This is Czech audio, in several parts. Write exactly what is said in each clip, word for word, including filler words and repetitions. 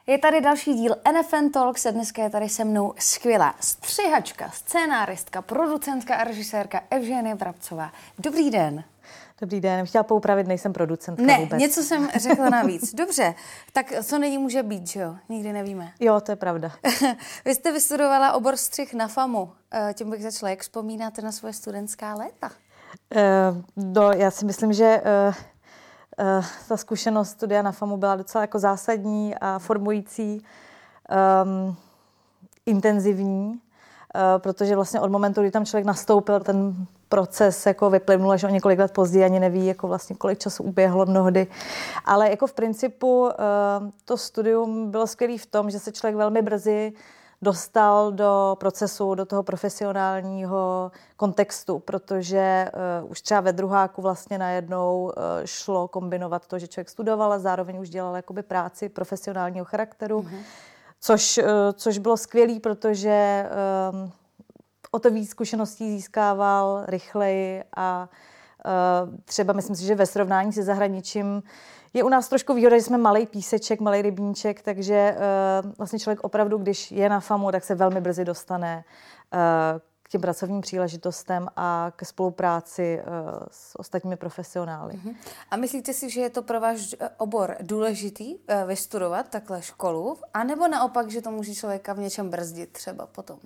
Je tady další díl N F N Talks a dneska je tady se mnou skvělá střihačka, scénáristka, producentka a režisérka Evženie Vrabcová. Dobrý den. Dobrý den, chtěla poupravit, nejsem producentka ne, vůbec. Ne, něco jsem řekla navíc. Dobře, tak co není může být, že jo? Nikdy nevíme. Jo, to je pravda. Vy jste vystudovala obor střih na FAMu. Tím bych začala. Jak vzpomínáte na svoje studentská léta? Uh, no, já si myslím, že uh, uh, ta zkušenost studia na FAMu byla docela jako zásadní a formující, um, intenzivní, uh, protože vlastně od momentu, kdy tam člověk nastoupil, ten proces jako vyplynul, že o několik let později ani neví, jako vlastně kolik času uběhlo mnohdy. Ale jako v principu uh, to studium bylo skvělé v tom, že se člověk velmi brzy dostal do procesu, do toho profesionálního kontextu, protože uh, už třeba ve druháku vlastně najednou uh, šlo kombinovat to, že člověk studoval a zároveň už dělal jakoby práci profesionálního charakteru, mm-hmm. což, uh, což bylo skvělé, protože um, o to víc zkušeností získával rychleji a uh, třeba myslím si, že ve srovnání se zahraničím je u nás trošku výhoda, že jsme malej píseček, malej rybníček, takže uh, vlastně člověk opravdu, když je na FAMu, tak se velmi brzy dostane uh, k těm pracovním příležitostem a ke spolupráci uh, s ostatními profesionály. Uh-huh. A myslíte si, že je to pro váš obor důležitý uh, vystudovat takhle školu, anebo naopak, že to může člověka v něčem brzdit třeba potom?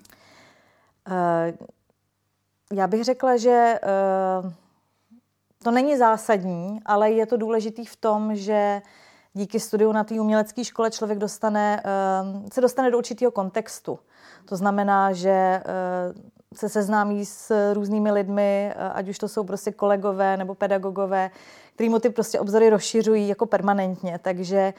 Uh, já bych řekla, že uh, to není zásadní, ale je to důležitý v tom, že díky studiu na té umělecké škole člověk dostane, uh, se dostane do určitého kontextu. To znamená, že uh, se seznámí s různými lidmi, uh, ať už to jsou prostě kolegové nebo pedagogové, který mu ty prostě obzory rozšiřují jako permanentně. Takže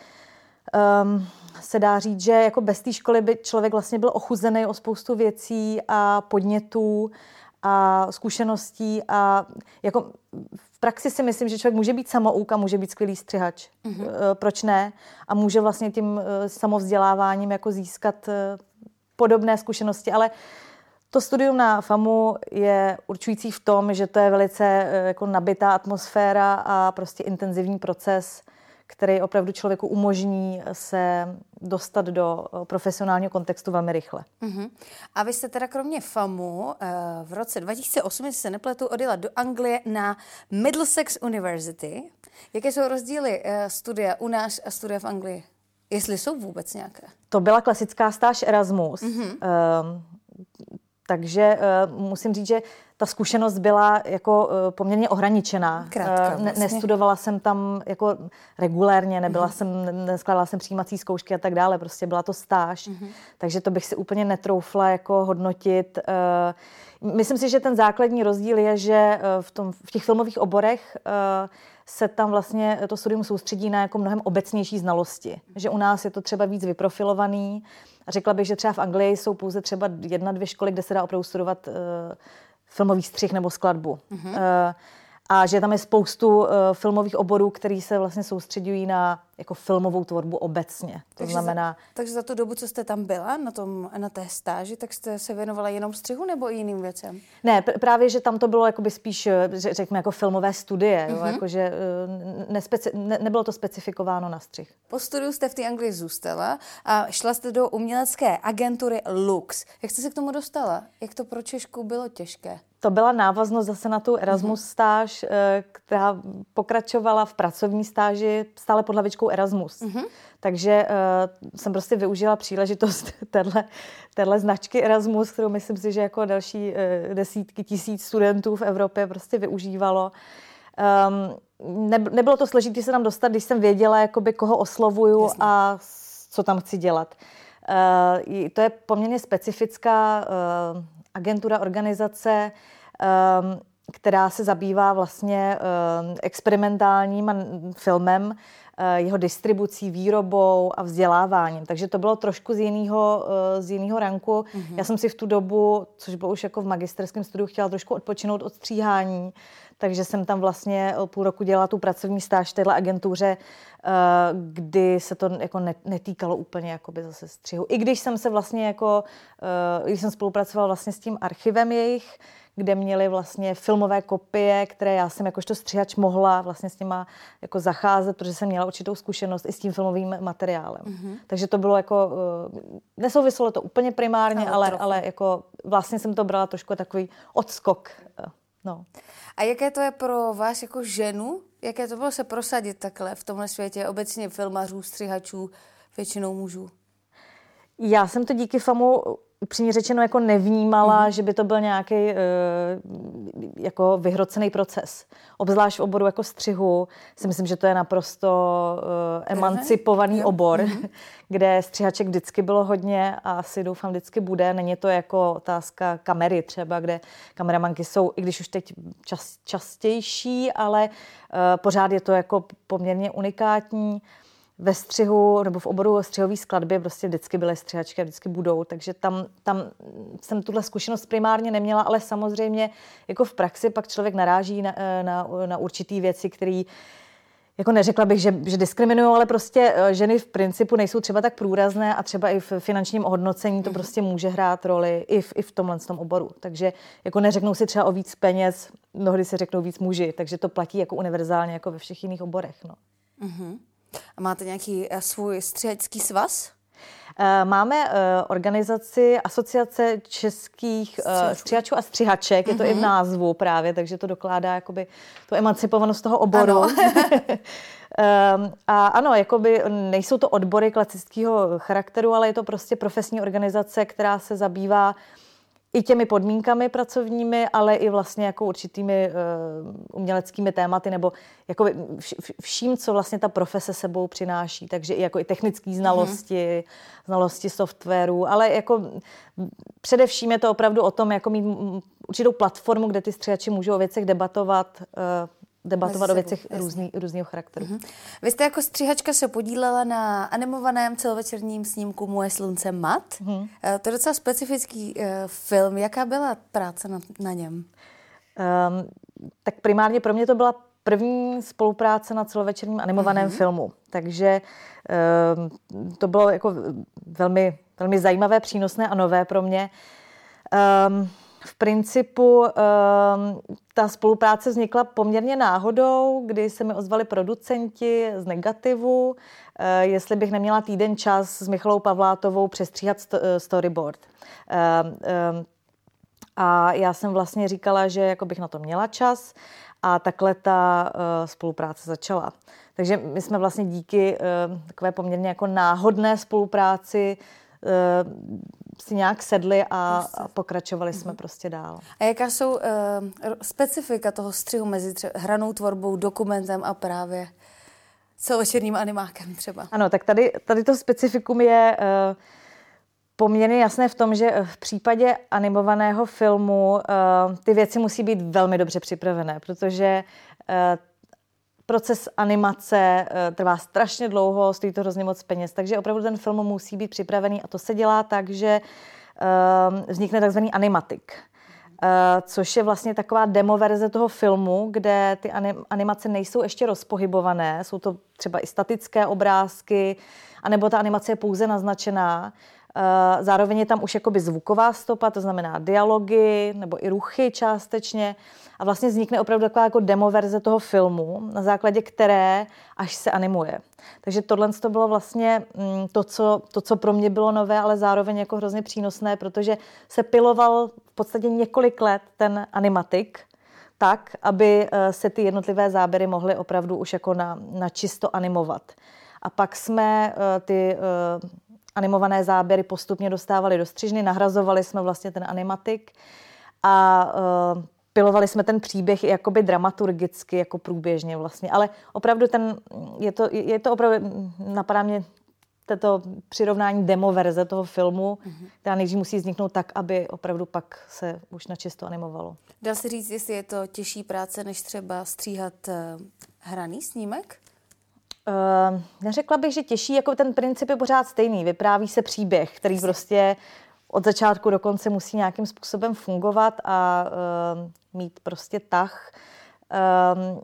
um, se dá říct, že jako bez té školy by člověk vlastně byl ochuzený o spoustu věcí a podnětů a zkušeností a jako v praxi si myslím, že člověk může být samouk a může být skvělý střihač. Mm-hmm. Proč ne? A může vlastně tím samovzděláváním jako získat podobné zkušenosti, ale to studium na FAMu je určující v tom, že to je velice jako nabitá atmosféra a prostě intenzivní proces, který opravdu člověku umožní se dostat do profesionálního kontextu velmi rychle. Uh-huh. A vy jste teda kromě FAMu v roce dva tisíce osm, jestli se nepletu, odjela do Anglie na Middlesex University. Jaké jsou rozdíly studia u nás a studia v Anglii? Jestli jsou vůbec nějaké? To byla klasická stáž Erasmus. Uh-huh. Um, takže uh, musím říct, že ta zkušenost byla jako uh, poměrně ohraničená. Krátka, vlastně. ne, nestudovala jsem tam jako regulérně, nebyla mm-hmm. jsem, neskládala jsem přijímací zkoušky a tak dále, prostě byla to stáž. Mm-hmm. Takže to bych si úplně netroufla jako hodnotit. Uh, myslím si, že ten základní rozdíl je, že uh, v, tom, v těch filmových oborech uh, se tam vlastně to studium soustředí na jako mnohem obecnější znalosti. Že u nás je to třeba víc vyprofilovaný. A řekla bych, že třeba v Anglii jsou pouze třeba jedna, dvě školy, kde se dá opravdu studovat uh, filmový střih nebo skladbu. Uh-huh. Uh, a že tam je spoustu uh, filmových oborů, který se vlastně soustředují na jako filmovou tvorbu obecně. To takže znamená... Za, takže za tu dobu, co jste tam byla na, tom, na té stáži, tak jste se věnovala jenom střihu nebo i jiným věcem? Ne, pr- právě, že tam to bylo jakoby spíš, řekněme, jako filmové studie. Uh-huh. Jo, jakože, uh, nespeci- ne, nebylo to specifikováno na střih. Po studiu jste v té Anglii zůstala a šla jste do umělecké agentury Lux. Jak jste se k tomu dostala? Jak to pro Češku bylo těžké? To byla návaznost zase na tu Erasmus uh-huh. stáž, která pokračovala v pracovní stáži stále pod hlavičkou Erasmus. Uh-huh. Takže uh, jsem prostě využila příležitost téhle, téhle značky Erasmus, kterou myslím si, že jako další uh, desítky tisíc studentů v Evropě prostě využívalo. Um, ne, nebylo to složité se tam dostat, když jsem věděla, jakoby, koho oslovuju Jasně. a co tam chci dělat. Uh, to je poměrně specifická uh, agentura, organizace, um, která se zabývá vlastně um, experimentálním filmem, uh, jeho distribucí, výrobou a vzděláváním. Takže to bylo trošku z jiného, uh, z jiného ranku. Mm-hmm. Já jsem si v tu dobu, což bylo už jako v magisterském studiu, chtěla trošku odpočinout od stříhání, takže jsem tam vlastně půl roku dělala tu pracovní stáž v téhle agentuře, kdy se to jako netýkalo úplně jakoby zase střihu. I když jsem se vlastně jako, když jsem spolupracovala vlastně s tím archivem jejich, kde měli vlastně filmové kopie, které já jsem jakožto střihač mohla vlastně s nima jako zacházet, protože jsem měla určitou zkušenost i s tím filmovým materiálem. Mm-hmm. Takže to bylo jako, nesouviselo to úplně primárně, ale, ale, ale jako vlastně jsem to brala trošku takový odskok. No. A jaké to je pro vás jako ženu? Jaké to bylo se prosadit takhle v tomhle světě obecně filmařů, střihačů, většinou mužů? Já jsem to díky FAMu upřímně řečeno jako nevnímala, mm. že by to byl nějaký uh, jako vyhrocený proces. Obzvlášť v oboru jako střihu si myslím, že to je naprosto uh, emancipovaný mm. obor, mm. kde střihaček vždycky bylo hodně a asi doufám vždycky bude. Není to jako otázka kamery třeba, kde kameramanky jsou, i když už teď čas, častější, ale uh, pořád je to jako poměrně unikátní. Ve střihu nebo v oboru střihové skladby prostě vždycky byly střihačky a vždycky budou, takže tam, tam jsem tuhle zkušenost primárně neměla, ale samozřejmě jako v praxi pak člověk naráží na, na, na určitý věci, které jako neřekla bych, že, že diskriminují, ale prostě ženy v principu nejsou třeba tak průrazné a třeba i v finančním ohodnocení to prostě může hrát roli i v, i v tomhle tom oboru. Takže jako neřeknou si třeba o víc peněz, mnohdy se řeknou víc muži, takže to platí jako univerzálně jako ve všech jiných oborech. No. Mm-hmm. A máte nějaký uh, svůj střihačský svaz? Uh, máme uh, organizaci Asociace českých uh, střihačů a střihaček, mm-hmm. je to i v názvu právě, takže to dokládá jakoby tu emancipovanost toho oboru. um, a ano, jakoby nejsou to odbory klasického charakteru, ale je to prostě profesní organizace, která se zabývá i těmi podmínkami pracovními, ale i vlastně jako určitými uh, uměleckými tématy nebo jako vš- vším, co vlastně ta profese sebou přináší. Takže i jako i technické znalosti, mm-hmm. znalosti softwaru, ale jako především je to opravdu o tom, jako mít určitou platformu, kde ty střihači můžou o věcech debatovat, uh, debatovat o věcech různý, různého charakteru. Mm-hmm. Vy jste jako střihačka se podílela na animovaném celovečerním snímku Moje slunce mat. Mm-hmm. To je docela specifický uh, film. Jaká byla práce na, na něm? Um, tak primárně pro mě to byla první spolupráce na celovečerním animovaném mm-hmm. filmu. Takže um, to bylo jako velmi, velmi zajímavé, přínosné a nové pro mě. Um, V principu um, ta spolupráce vznikla poměrně náhodou, kdy se mi ozvali producenti z Negativu, uh, jestli bych neměla týden čas s Michalou Pavlátovou přestříhat st- storyboard. Uh, um, a já jsem vlastně říkala, že jako bych na to měla čas a takhle ta uh, spolupráce začala. Takže my jsme vlastně díky uh, takové poměrně jako náhodné spolupráci uh, si nějak sedli a, a pokračovali jsme mm-hmm. prostě dál. A jaká jsou uh, specifika toho střihu mezi třeba hranou tvorbou, dokumentem a právě celovečerním animákem třeba? Ano, tak tady, tady to specifikum je uh, poměrně jasné v tom, že v případě animovaného filmu uh, ty věci musí být velmi dobře připravené, protože uh, proces animace uh, trvá strašně dlouho, stojí to hrozně moc peněz, takže opravdu ten film musí být připravený a to se dělá tak, že uh, vznikne takzvaný animatik, uh, což je vlastně taková demo verze toho filmu, kde ty anim- animace nejsou ještě rozpohybované, jsou to třeba i statické obrázky, anebo ta animace je pouze naznačená. Uh, zároveň je tam už jakoby zvuková stopa, to znamená dialogy nebo i ruchy částečně a vlastně vznikne opravdu taková jako demo verze toho filmu, na základě které až se animuje. Takže tohle to bylo vlastně mm, to, co, to, co pro mě bylo nové, ale zároveň jako hrozně přínosné, protože se piloval v podstatě několik let ten animatik tak, aby uh, se ty jednotlivé záběry mohly opravdu už jako na, na čisto animovat. A pak jsme uh, ty uh, animované záběry postupně dostávali do střižny, nahrazovali jsme vlastně ten animatik a uh, pilovali jsme ten příběh i jakoby dramaturgicky, jako průběžně vlastně. Ale opravdu ten, je to, je to opravdu, napadá mě toto přirovnání demo verze toho filmu, mm-hmm. která nejdřív musí vzniknout tak, aby opravdu pak se už načisto animovalo. Dá se říct, jestli je to těžší práce, než třeba stříhat uh, hraný snímek? Uh, neřekla bych, že těžší, jako ten princip je pořád stejný. Vypráví se příběh, který Jsi. prostě od začátku do konce musí nějakým způsobem fungovat a uh, mít prostě tah, um,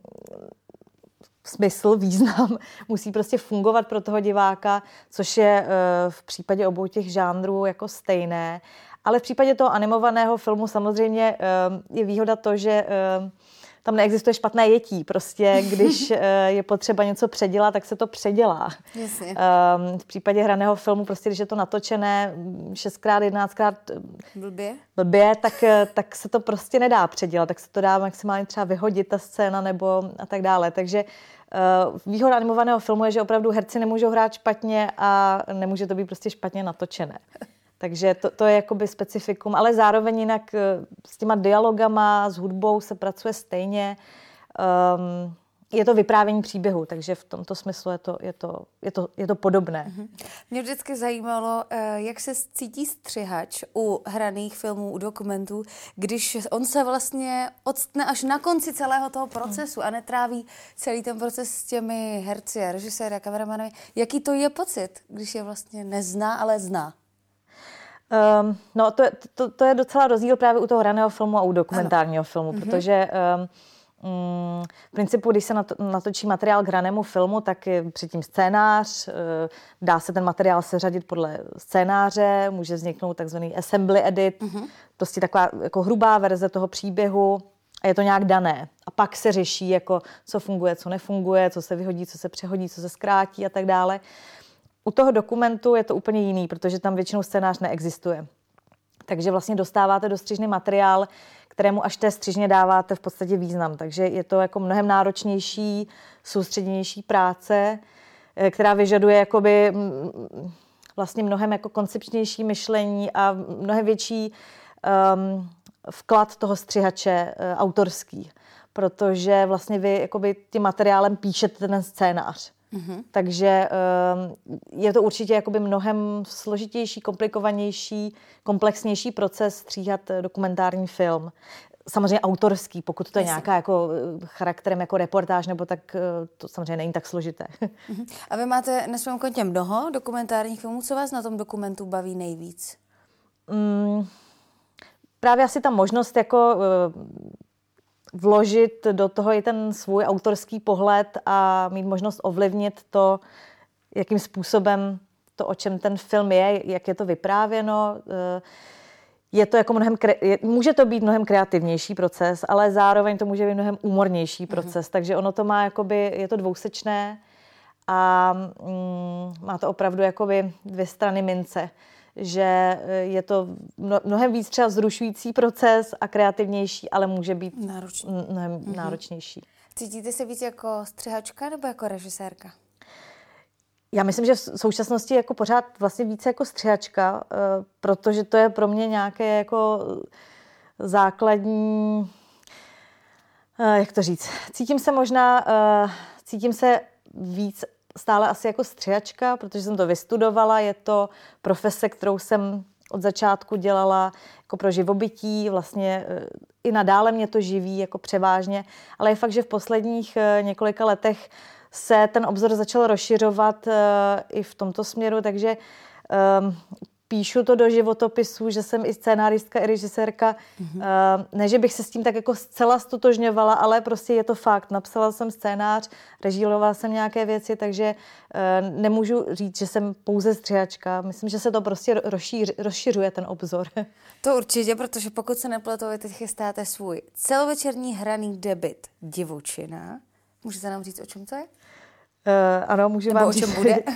smysl, význam, musí prostě fungovat pro toho diváka, což je uh, v případě obou těch žánrů jako stejné. Ale v případě toho animovaného filmu samozřejmě je výhoda to, že tam neexistuje špatné jetí. Prostě když je potřeba něco předělat, tak se to předělá. Jasně. V případě hraného filmu, prostě když je to natočené šestkrát, jedenáctkrát blbě, blbě tak, tak se to prostě nedá předělat. Tak se to dá maximálně třeba vyhodit ta scéna nebo a tak dále. Takže výhoda animovaného filmu je, že opravdu herci nemůžou hrát špatně a nemůže to být prostě špatně natočené. Takže to, to je jakoby specifikum, ale zároveň jinak s těma dialogama, s hudbou se pracuje stejně. Um, je to vyprávění příběhu, takže v tomto smyslu je to, je to, je to, je to podobné. Mě vždycky zajímalo, jak se cítí střihač u hraných filmů, u dokumentů, když on se vlastně odstne až na konci celého toho procesu a netráví celý ten proces s těmi herci a režiséry a kameramany. Jaký to je pocit, když je vlastně nezná, ale zná? Um, no to, to, to je docela rozdíl právě u toho hraného filmu a u dokumentárního ano. filmu, mm-hmm. protože um, um, v principu, když se natočí materiál k hranému filmu, tak je předtím scénář, uh, dá se ten materiál seřadit podle scénáře, může vzniknout takzvaný assembly edit, mm-hmm. prostě taková jako hrubá verze toho příběhu a je to nějak dané. A pak se řeší, jako, co funguje, co nefunguje, co se vyhodí, co se přehodí, co se zkrátí a tak dále. U toho dokumentu je to úplně jiný, protože tam většinou scénář neexistuje. Takže vlastně dostáváte do střižny materiál, kterému až té střižně dáváte v podstatě význam. Takže je to jako mnohem náročnější, soustředěnější práce, která vyžaduje jakoby vlastně mnohem jako koncepčnější myšlení a mnohem větší um, vklad toho střihače uh, autorský. Protože vlastně vy jakoby tím materiálem píšete ten scénář. Mm-hmm. Takže um, je to určitě jakoby mnohem složitější, komplikovanější, komplexnější proces stříhat dokumentární film. Samozřejmě autorský, pokud to je nějaká jako charakterem jako reportáž, nebo tak to samozřejmě není tak složité. Mm-hmm. A vy máte na svém kontě mnoho dokumentárních filmů. Co vás na tom dokumentu baví nejvíc? Mm, právě asi ta možnost jako uh, vložit do toho i ten svůj autorský pohled a mít možnost ovlivnit to, jakým způsobem to, o čem ten film je, jak je to vyprávěno. Je to jako mnohem, může to být mnohem kreativnější proces, ale zároveň to může být mnohem úmornější proces, mm-hmm. takže ono to má jakoby, je to dvousečné a mm, má to opravdu jakoby dvě strany mince. Že je to mnohem víc třeba vzrušující proces a kreativnější, ale může být Náročný. mnohem mm-hmm. náročnější. Cítíte se víc jako střihačka nebo jako režisérka? Já myslím, že v současnosti jako pořád vlastně více jako střihačka, protože to je pro mě nějaké jako základní, jak to říct, cítím se možná, cítím se víc stále asi jako střihačka, protože jsem to vystudovala, je to profese, kterou jsem od začátku dělala jako pro živobytí, vlastně i nadále mě to živí jako převážně, ale je fakt, že v posledních několika letech se ten obzor začal rozšiřovat i v tomto směru, takže um, píšu to do životopisu, že jsem i scénáristka, i režisérka. Mm-hmm. Uh, ne, že bych se s tím tak jako zcela stotožňovala, ale prostě je to fakt. Napsala jsem scénář, režírovala jsem nějaké věci, takže uh, nemůžu říct, že jsem pouze střihačka. Myslím, že se to prostě rozšíř, rozšiřuje ten obzor. To určitě, protože pokud se nepletu, vy teď chystáte svůj celovečerní hraný debut Divočina. Můžete nám říct, o čem to je? Uh, ano, můžu Nebo vám o čem říct. bude?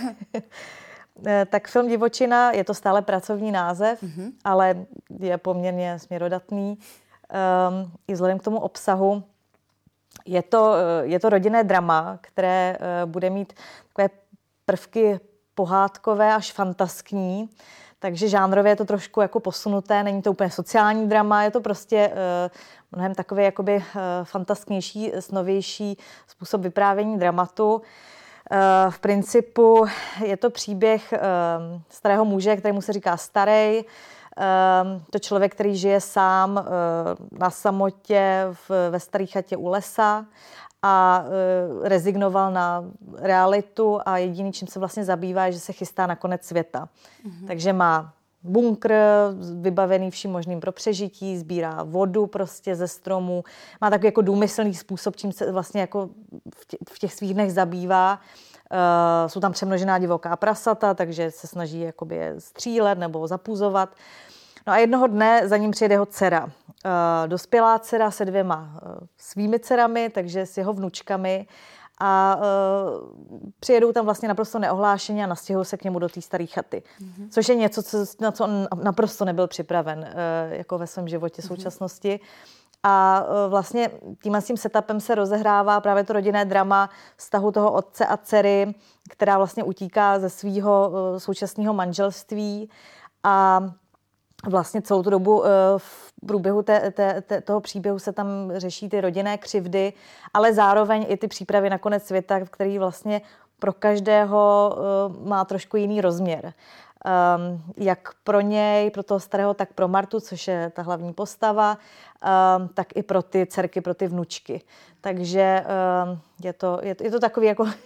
Tak film Divočina, je to stále pracovní název, mm-hmm. ale je poměrně směrodatný. Um, I vzhledem k tomu obsahu. Je to, je to rodinné drama, které uh, bude mít takové prvky pohádkové až fantaskní. Takže žánrově je to trošku jako posunuté, není to úplně sociální drama, je to prostě uh, mnohem takový jakoby uh, fantasknější, snovější způsob vyprávění dramatu. V principu je to příběh starého muže, kterému se říká Starej. To člověk, který žije sám na samotě ve staré chatě u lesa a rezignoval na realitu a jediný, čím se vlastně zabývá, je, že se chystá na konec světa. Mm-hmm. Takže má bunkr vybavený vším možným pro přežití, sbírá vodu prostě ze stromů, má takový jako důmyslný způsob, čím se vlastně jako v těch svých dnech zabývá. Uh, jsou tam přemnožená divoká prasata, takže se snaží jakoby je střílet nebo zapuzovat. No a jednoho dne za ním přijede jeho dcera. Uh, dospělá dcera se dvěma uh, svými dcerami, takže s jeho vnučkami. A uh, přijedou tam vlastně naprosto neohlášeně a nastěhují se k němu do té staré chaty. Mm-hmm. Což je něco, co, na co on naprosto nebyl připraven uh, jako ve svém životě v současnosti. Mm-hmm. A uh, vlastně tím a tím setupem se rozehrává právě to rodinné drama vztahu toho otce a dcery, která vlastně utíká ze svého uh, současného manželství a vlastně celou tu dobu v průběhu té, té, té, toho příběhu se tam řeší ty rodinné křivdy, ale zároveň i ty přípravy na konec světa, který vlastně pro každého má trošku jiný rozměr. Um, jak pro něj, pro toho starého, tak pro Martu, což je ta hlavní postava, um, tak i pro ty dcerky, pro ty vnučky. Takže um, je, to, je, to, je to takový jako um,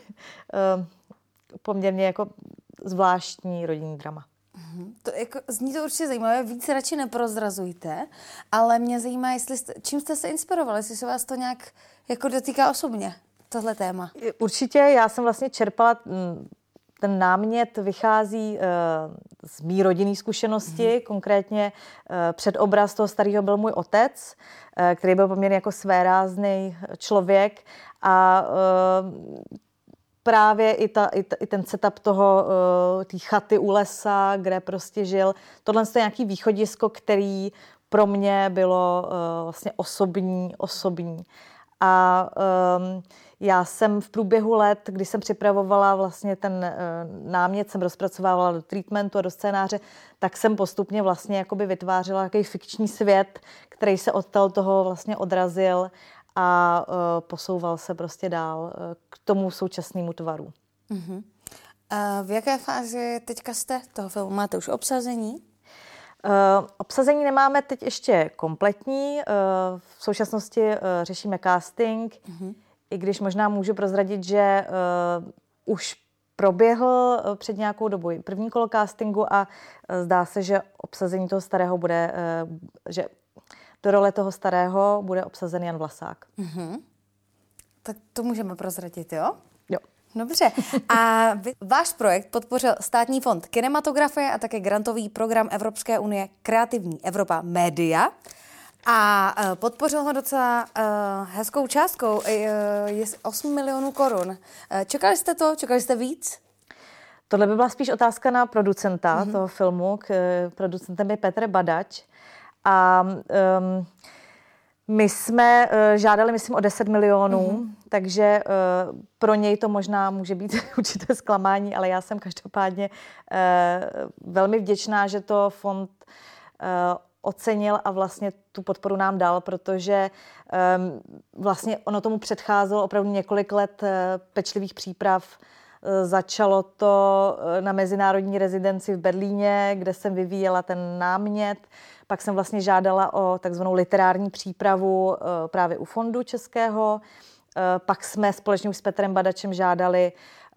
poměrně jako zvláštní rodinný drama. To jako, zní to určitě zajímavé, víc radši neprozrazujte, ale mě zajímá, jestli jste, čím jste se inspirovali, jestli se vás to nějak jako dotýká osobně, tohle téma. Určitě, já jsem vlastně čerpala, ten námět vychází uh, z mý rodinné zkušenosti, mm-hmm. konkrétně uh, předobraz toho starého byl můj otec, uh, který byl poměrně jako svérázný člověk a uh, právě i, ta, i, ta, i ten setup toho, uh, té chaty u lesa, kde prostě žil. Tohle je nějaký východisko, který pro mě bylo uh, vlastně osobní, osobní. A um, já jsem v průběhu let, když jsem připravovala vlastně ten uh, námět, jsem rozpracovávala do treatmentu a do scénáře, tak jsem postupně vlastně jakoby vytvářela takový fikční svět, který se od toho vlastně odrazil a uh, posouval se prostě dál uh, k tomu současnému tvaru. Uh-huh. A v jaké fázi teďka jste toho filmu? Máte už obsazení? Uh, obsazení nemáme teď ještě kompletní. Uh, v současnosti uh, řešíme casting, uh-huh. i když možná můžu prozradit, že uh, už proběhl uh, před nějakou dobou první kolo castingu a uh, zdá se, že obsazení toho starého bude, uh, že do role toho starého bude obsazen Jan Vlasák. Uh-huh. Tak to můžeme prozradit, jo? Jo. Dobře. A vy, váš projekt podpořil Státní fond kinematografie a také grantový program Evropské unie Kreativní Evropa Média. A uh, podpořil ho docela uh, hezkou částkou, uh, je osm milionů korun. Uh, čekali jste to? Čekali jste víc? Tohle by byla spíš otázka na producenta uh-huh. toho filmu. K, producentem je Petr Badač. A um, my jsme uh, žádali, myslím, o deset milionů, mm-hmm. takže uh, pro něj to možná může být určité zklamání, ale já jsem každopádně uh, velmi vděčná, že to fond uh, ocenil a vlastně tu podporu nám dal, protože um, vlastně ono tomu předcházelo opravdu několik let uh, pečlivých příprav. Uh, začalo to uh, na mezinárodní rezidenci v Berlíně, kde jsem vyvíjela ten námět. Pak jsem vlastně žádala o takzvanou literární přípravu právě u Fondu českého. Pak jsme společně už s Petrem Badačem žádali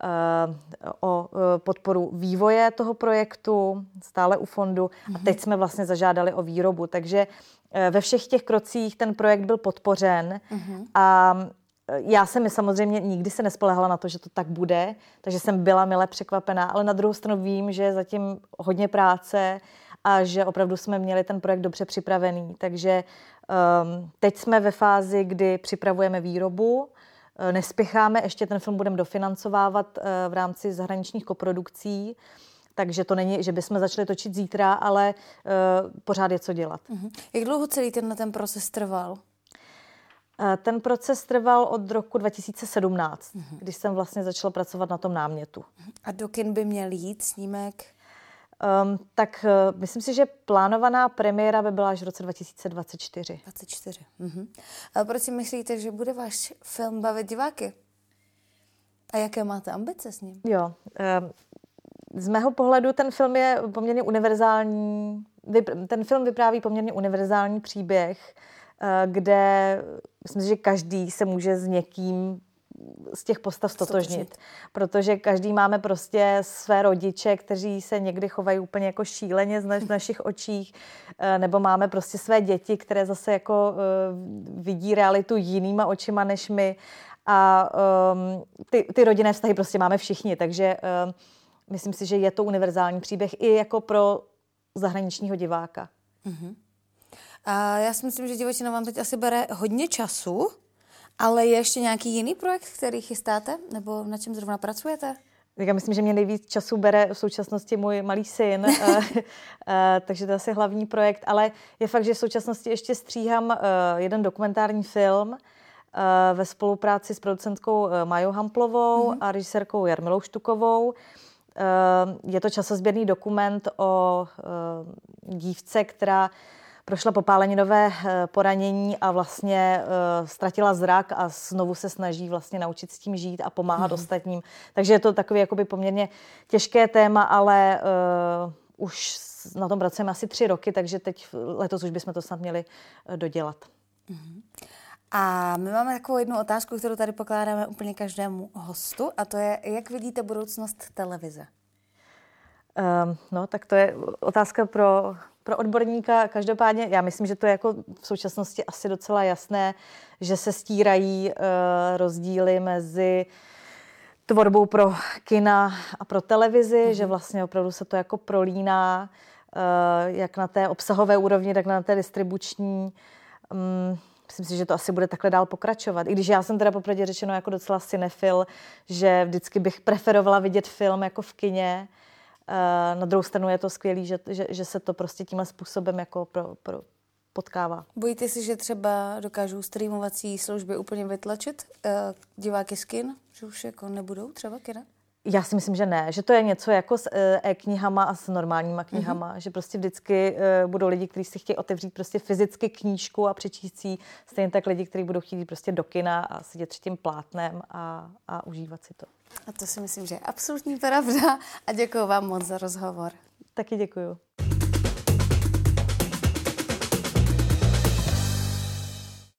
o podporu vývoje toho projektu, stále u Fondu. A teď jsme vlastně zažádali o výrobu. Takže ve všech těch krocích ten projekt byl podpořen. Uh-huh. A já jsem mi samozřejmě nikdy se nespoléhala na to, že to tak bude, takže jsem byla mile překvapená, ale na druhou stranu vím, že je zatím hodně práce a že opravdu jsme měli ten projekt dobře připravený. Takže um, teď jsme ve fázi, kdy připravujeme výrobu, uh, nespěcháme, ještě ten film budeme dofinancovávat uh, v rámci zahraničních koprodukcí, takže to není, že bychom začali točit zítra, ale uh, pořád je co dělat. Uh-huh. Jak dlouho celý tenhle ten proces trval? Uh, ten proces trval od roku dva tisíce sedmnáct, uh-huh. když jsem vlastně začala pracovat na tom námětu. A do kin by měl jít snímek? Um, tak uh, myslím si, že plánovaná premiéra by byla až v roce dva tisíce dvacet čtyři. dvacet čtyři. Mhm. A proč si myslíte, že bude váš film bavit diváky? A jaké máte ambice s ním? Jo. Um, z mého pohledu ten film je poměrně univerzální. Vypr- ten film vypráví poměrně univerzální příběh, uh, kde myslím si, že každý se může s někým z těch postav stotožnit. Protože každý máme prostě své rodiče, kteří se někdy chovají úplně jako šíleně v našich očích, nebo máme prostě své děti, které zase jako uh, vidí realitu jinýma očima než my. A um, ty, ty rodinné vztahy prostě máme všichni, takže um, myslím si, že je to univerzální příběh i jako pro zahraničního diváka. Uh-huh. A já si myslím, že divočina vám teď asi bere hodně času, ale je ještě nějaký jiný projekt, který chystáte? Nebo na čem zrovna pracujete? Já myslím, že mě nejvíc času bere v současnosti můj malý syn, takže to je asi hlavní projekt, ale je fakt, že v současnosti ještě stříhám jeden dokumentární film ve spolupráci s producentkou Majou Hamplovou mm-hmm. a režisérkou Jarmilou Štukovou. Je to časozběrný dokument o dívce, která prošla popáleninové poranění a vlastně uh, ztratila zrak a znovu se snaží vlastně naučit s tím žít a pomáhat mm. ostatním. Takže je to takový jakoby poměrně těžké téma, ale uh, už na tom pracujeme asi tři roky, takže teď letos už bychom to snad měli dodělat. Mm. A my máme takovou jednu otázku, kterou tady pokládáme úplně každému hostu, a to je, jak vidíte budoucnost televize? Um, no, tak to je otázka pro... Pro odborníka každopádně, já myslím, že to je jako v současnosti asi docela jasné, že se stírají uh, rozdíly mezi tvorbou pro kina a pro televizi, mm. že vlastně opravdu se to jako prolíná uh, jak na té obsahové úrovni, tak na té distribuční. Um, myslím si, že to asi bude takhle dál pokračovat. I když já jsem teda popravdě řečeno jako docela cinefil, že vždycky bych preferovala vidět film jako v kině. Na druhou stranu je to skvělé, že, že, že se to prostě tímhle způsobem jako pro, pro potkává. Bojíte si, že třeba dokážou streamovací služby úplně vytlačit uh, diváky z kin? Že už jako nebudou třeba kina? Já si myslím, že ne. Že to je něco jako s e-knihama a s normálníma knihama. Mm-hmm. Že prostě vždycky uh, budou lidi, kteří si chtějí otevřít prostě fyzicky knížku a přečíst si. Stejně tak lidi, kteří budou chtít prostě do kina a sedět před tím plátnem a, a užívat si to. A to si myslím, že je absolutní pravda a děkuji vám moc za rozhovor. Taky děkuju.